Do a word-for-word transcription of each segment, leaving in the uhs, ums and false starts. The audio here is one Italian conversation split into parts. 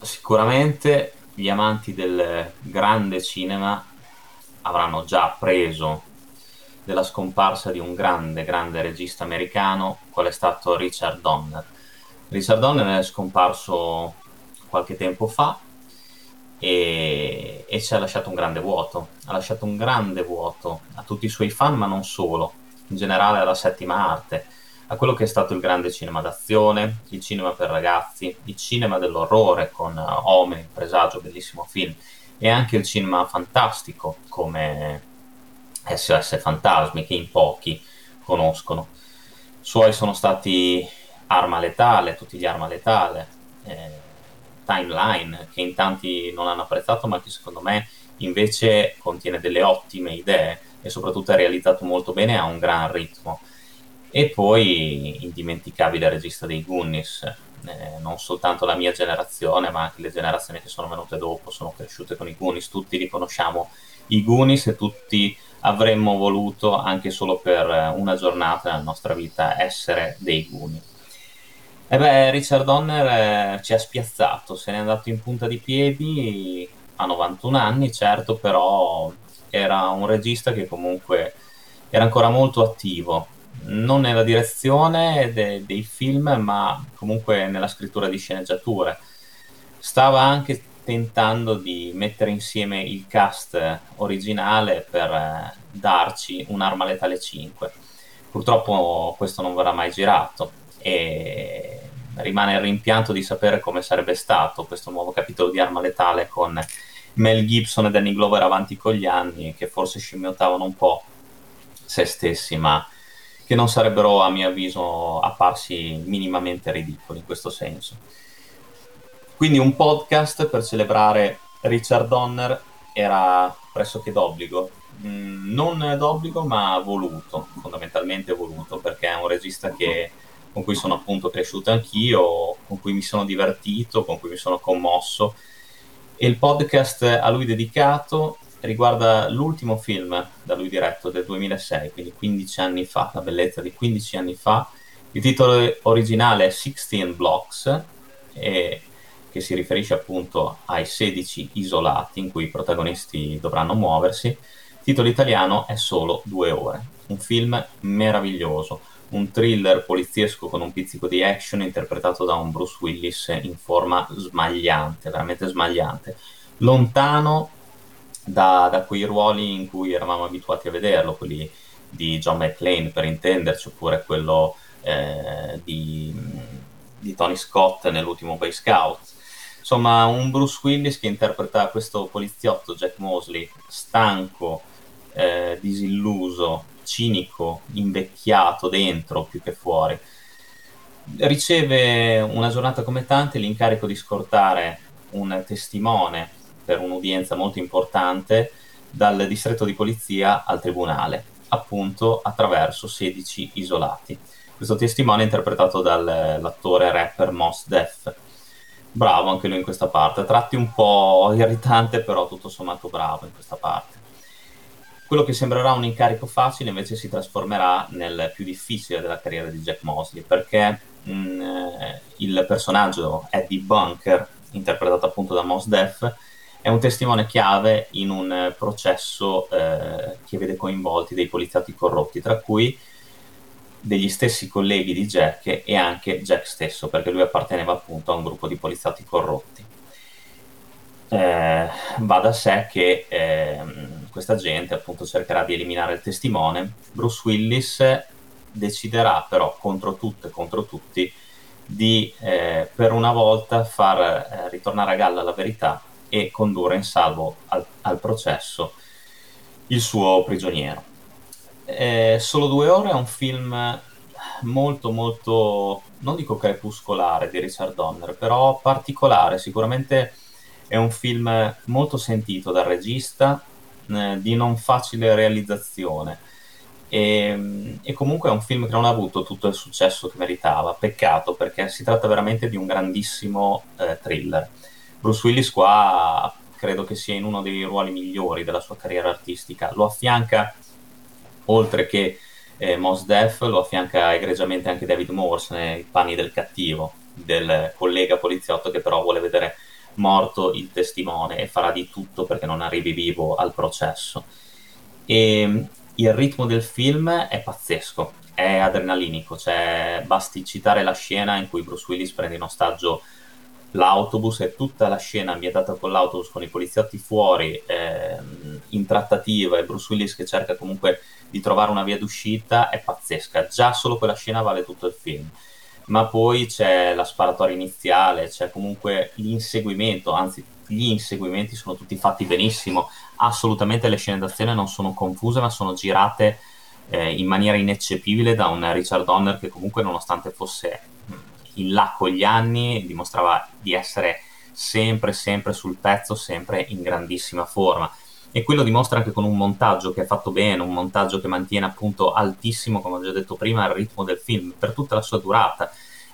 Sicuramente gli amanti del grande cinema avranno già appreso della scomparsa di un grande, grande regista americano, qual è stato Richard Donner. Richard Donner è scomparso qualche tempo fa e, e ci ha lasciato un grande vuoto. Ha lasciato un grande vuoto a tutti i suoi fan, ma non solo, in generale alla settima arte, a quello che è stato il grande cinema d'azione, il cinema per ragazzi, il cinema dell'orrore con uh, Omen, il presagio, bellissimo film, e anche il cinema fantastico come S O S Fantasmi, che in pochi conoscono. Suoi sono stati Arma Letale, tutti gli Arma Letale, eh, Timeline, che in tanti non hanno apprezzato, ma che secondo me invece contiene delle ottime idee e soprattutto è realizzato molto bene, ha un gran ritmo. E poi indimenticabile regista dei Goonies, eh, non soltanto la mia generazione, ma anche le generazioni che sono venute dopo, sono cresciute con i Goonies, tutti li conosciamo i Goonies e tutti avremmo voluto, anche solo per una giornata nella nostra vita, essere dei Goonies. E beh, Richard Donner eh, ci ha spiazzato, se n'è andato in punta di piedi a novantuno anni, certo, però era un regista che comunque era ancora molto attivo, non nella direzione de- dei film, ma comunque nella scrittura di sceneggiature. Stava anche tentando di mettere insieme il cast originale per eh, darci un'arma letale cinque. Purtroppo questo non verrà mai girato e rimane il rimpianto di sapere come sarebbe stato questo nuovo capitolo di Arma Letale con Mel Gibson e Danny Glover avanti con gli anni, che forse scimmiottavano un po' se stessi, ma che non sarebbero, a mio avviso, apparsi minimamente ridicoli in questo senso. Quindi un podcast per celebrare Richard Donner era pressoché d'obbligo. Mm, non d'obbligo, ma voluto, fondamentalmente voluto, perché è un regista che, con cui sono appunto cresciuto anch'io, con cui mi sono divertito, con cui mi sono commosso. E il podcast a lui dedicato riguarda l'ultimo film da lui diretto del duemilasei, quindi quindici anni fa, la bellezza di quindici anni fa. Il titolo originale è sixteen Blocks, e che si riferisce appunto ai sedici isolati in cui i protagonisti dovranno muoversi. Il titolo italiano è Solo due ore, un film meraviglioso, un thriller poliziesco con un pizzico di action interpretato da un Bruce Willis in forma smagliante, veramente smagliante, lontano da, da quei ruoli in cui eravamo abituati a vederlo, quelli di John McClane per intenderci, oppure quello eh, di, di Tony Scott nell'ultimo Boy Scout. Insomma, un Bruce Willis che interpreta questo poliziotto Jack Mosley, stanco, eh, disilluso, cinico, invecchiato dentro più che fuori. Riceve una giornata come tante l'incarico di scortare un testimone per un'udienza molto importante dal distretto di polizia al tribunale, appunto attraverso sedici isolati. Questo testimone è interpretato dall'attore rapper Mos Def. Bravo anche lui in questa parte, a tratti un po' irritante, però tutto sommato bravo in questa parte. Quello che sembrerà un incarico facile invece si trasformerà nel più difficile della carriera di Jack Mosley, perché mh, eh, il personaggio Eddie Bunker, interpretato appunto da Mos Def, è un testimone chiave in un eh, processo eh, che vede coinvolti dei poliziotti corrotti, tra cui degli stessi colleghi di Jack e anche Jack stesso, perché lui apparteneva appunto a un gruppo di poliziotti corrotti. Eh, va da sé che eh, questa gente appunto cercherà di eliminare il testimone. Bruce Willis deciderà però contro tutto e contro tutti di eh, per una volta far eh, ritornare a galla la verità e condurre in salvo al, al processo il suo prigioniero. Eh, Solo due ore è un film molto molto, non dico crepuscolare di Richard Donner, però particolare. Sicuramente è un film molto sentito dal regista, eh, di non facile realizzazione. E, e comunque è un film che non ha avuto tutto il successo che meritava. Peccato, perché si tratta veramente di un grandissimo eh, thriller. Bruce Willis qua credo che sia in uno dei ruoli migliori della sua carriera artistica. Lo affianca, oltre che eh, Mos Def, lo affianca egregiamente anche David Morse nei panni del cattivo, del collega poliziotto che però vuole vedere morto il testimone e farà di tutto perché non arrivi vivo al processo. E il ritmo del film è pazzesco, è adrenalinico, cioè basti citare la scena in cui Bruce Willis prende in ostaggio l'autobus e tutta la scena ambientata con l'autobus, con i poliziotti fuori, ehm, in trattativa, e Bruce Willis che cerca comunque di trovare una via d'uscita, è pazzesca. Già solo quella scena vale tutto il film. Ma poi c'è la sparatoria iniziale, c'è comunque l'inseguimento, anzi gli inseguimenti sono tutti fatti benissimo, assolutamente le scene d'azione non sono confuse ma sono girate eh, in maniera ineccepibile da un Richard Donner che comunque, nonostante fosse mh, in là con gli anni, dimostrava di essere sempre sempre sul pezzo, sempre in grandissima forma. E quello dimostra anche con un montaggio che è fatto bene, un montaggio che mantiene appunto altissimo, come ho già detto prima, il ritmo del film per tutta la sua durata.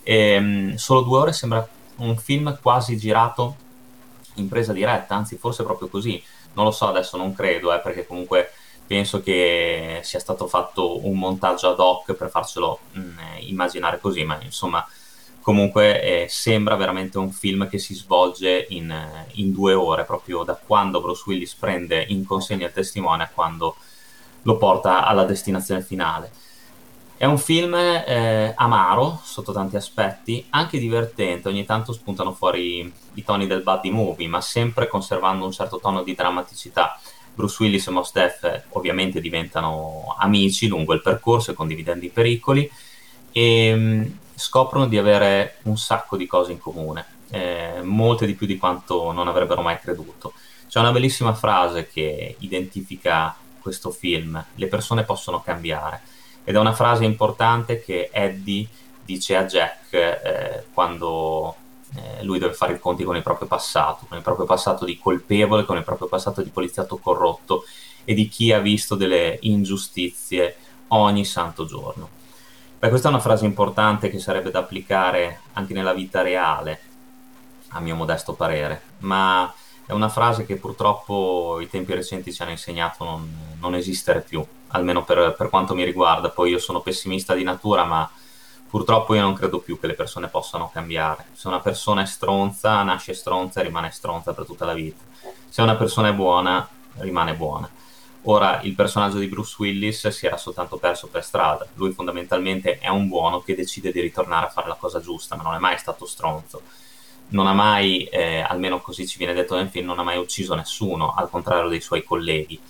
E, solo due ore sembra un film quasi girato in presa diretta, anzi forse proprio così, non lo so, adesso non credo, eh, perché comunque penso che sia stato fatto un montaggio ad hoc per farcelo mh, immaginare così, ma insomma comunque eh, sembra veramente un film che si svolge in, in due ore, proprio da quando Bruce Willis prende in consegna il testimone a quando lo porta alla destinazione finale. È un film eh, amaro sotto tanti aspetti, anche divertente, ogni tanto spuntano fuori i toni del buddy movie, ma sempre conservando un certo tono di drammaticità. Bruce Willis e Mos Def ovviamente diventano amici lungo il percorso e condividendo i pericoli, e mh, scoprono di avere un sacco di cose in comune, eh, molte di più di quanto non avrebbero mai creduto. C'è una bellissima frase che identifica questo film: le persone possono cambiare, ed è una frase importante che Eddie dice a Jack eh, quando eh, lui deve fare i conti con il proprio passato, con il proprio passato di colpevole, con il proprio passato di poliziotto corrotto e di chi ha visto delle ingiustizie ogni santo giorno. Beh, questa è una frase importante che sarebbe da applicare anche nella vita reale, a mio modesto parere, ma è una frase che purtroppo i tempi recenti ci hanno insegnato non, non esistere più, almeno per, per quanto mi riguarda. Poi io sono pessimista di natura, ma purtroppo io non credo più che le persone possano cambiare. Se una persona è stronza, nasce stronza e rimane stronza per tutta la vita. Se una persona è buona, rimane buona. Ora, il personaggio di Bruce Willis si era soltanto perso per strada. Lui fondamentalmente è un buono che decide di ritornare a fare la cosa giusta, ma non è mai stato stronzo. Non ha mai, eh, almeno così ci viene detto nel film, non ha mai ucciso nessuno, al contrario dei suoi colleghi.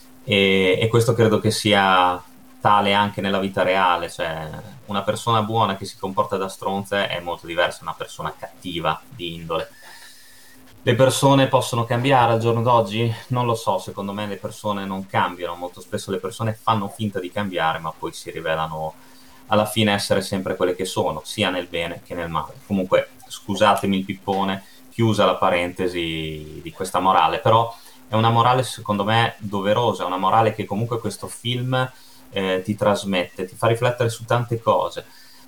E, e questo credo che sia tale anche nella vita reale, cioè una persona buona che si comporta da stronza è molto diversa da una persona cattiva di indole. Le persone possono cambiare al giorno d'oggi? Non lo so, secondo me le persone non cambiano, molto spesso le persone fanno finta di cambiare, ma poi si rivelano alla fine essere sempre quelle che sono, sia nel bene che nel male. Comunque, scusatemi il pippone, chiusa la parentesi di questa morale, però è una morale secondo me doverosa, è una morale che comunque questo film eh, ti trasmette, ti fa riflettere su tante cose.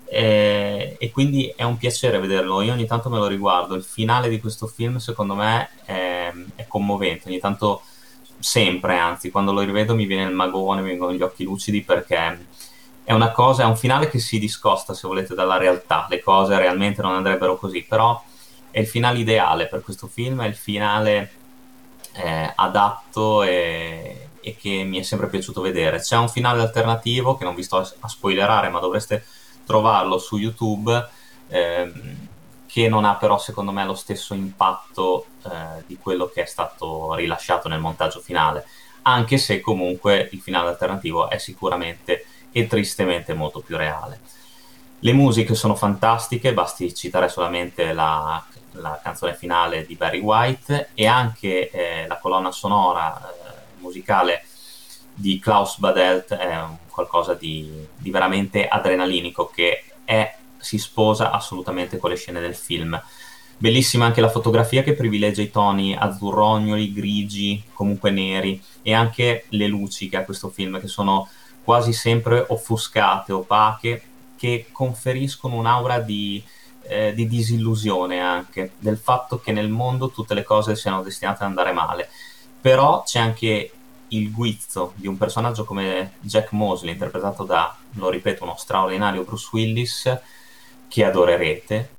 E, e quindi è un piacere vederlo. Io ogni tanto me lo riguardo. Il finale di questo film secondo me è, è commovente, ogni tanto, sempre anzi, quando lo rivedo mi viene il magone, mi vengono gli occhi lucidi, perché è una cosa, è un finale che si discosta, se volete, dalla realtà. Le cose realmente non andrebbero così, però è il finale ideale per questo film, è il finale eh, adatto e, e che mi è sempre piaciuto vedere. C'è un finale alternativo che non vi sto a, a spoilerare, ma dovreste trovarlo su YouTube, ehm, che non ha però secondo me lo stesso impatto eh, di quello che è stato rilasciato nel montaggio finale, anche se comunque il finale alternativo è sicuramente e tristemente molto più reale. Le musiche sono fantastiche, basti citare solamente la, la canzone finale di Barry White e anche eh, la colonna sonora eh, musicale di Klaus Badelt è un qualcosa di, di veramente adrenalinico che è, si sposa assolutamente con le scene del film. Bellissima anche la fotografia che privilegia i toni azzurrognoli, grigi, comunque neri, e anche le luci che ha questo film, che sono quasi sempre offuscate, opache, che conferiscono un'aura di, eh, di disillusione anche, del fatto che nel mondo tutte le cose siano destinate ad andare male. Però c'è anche il guizzo di un personaggio come Jack Mosley, interpretato da, lo ripeto, uno straordinario Bruce Willis, che adorerete,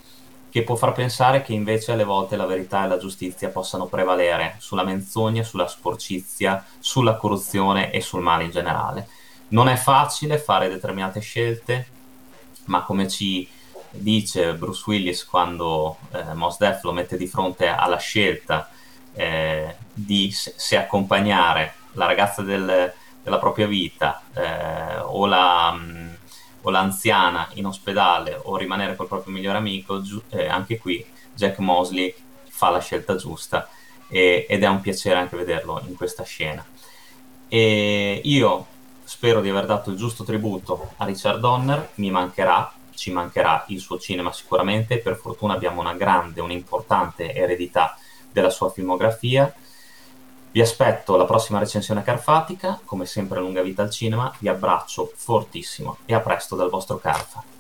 che può far pensare che invece alle volte la verità e la giustizia possano prevalere sulla menzogna, sulla sporcizia, sulla corruzione e sul male in generale. Non è facile fare determinate scelte, ma come ci dice Bruce Willis quando eh, Mos Def lo mette di fronte alla scelta eh, di se, se accompagnare la ragazza del, della propria vita eh, o, la, mh, o l'anziana in ospedale o rimanere col proprio migliore amico, giu- eh, anche qui Jack Mosley fa la scelta giusta e, ed è un piacere anche vederlo in questa scena. E io spero di aver dato il giusto tributo a Richard Donner, mi mancherà, ci mancherà il suo cinema sicuramente, per fortuna abbiamo una grande, un'importante eredità della sua filmografia. Vi aspetto alla prossima recensione carfatica, come sempre lunga vita al cinema, vi abbraccio fortissimo e a presto dal vostro Carfa.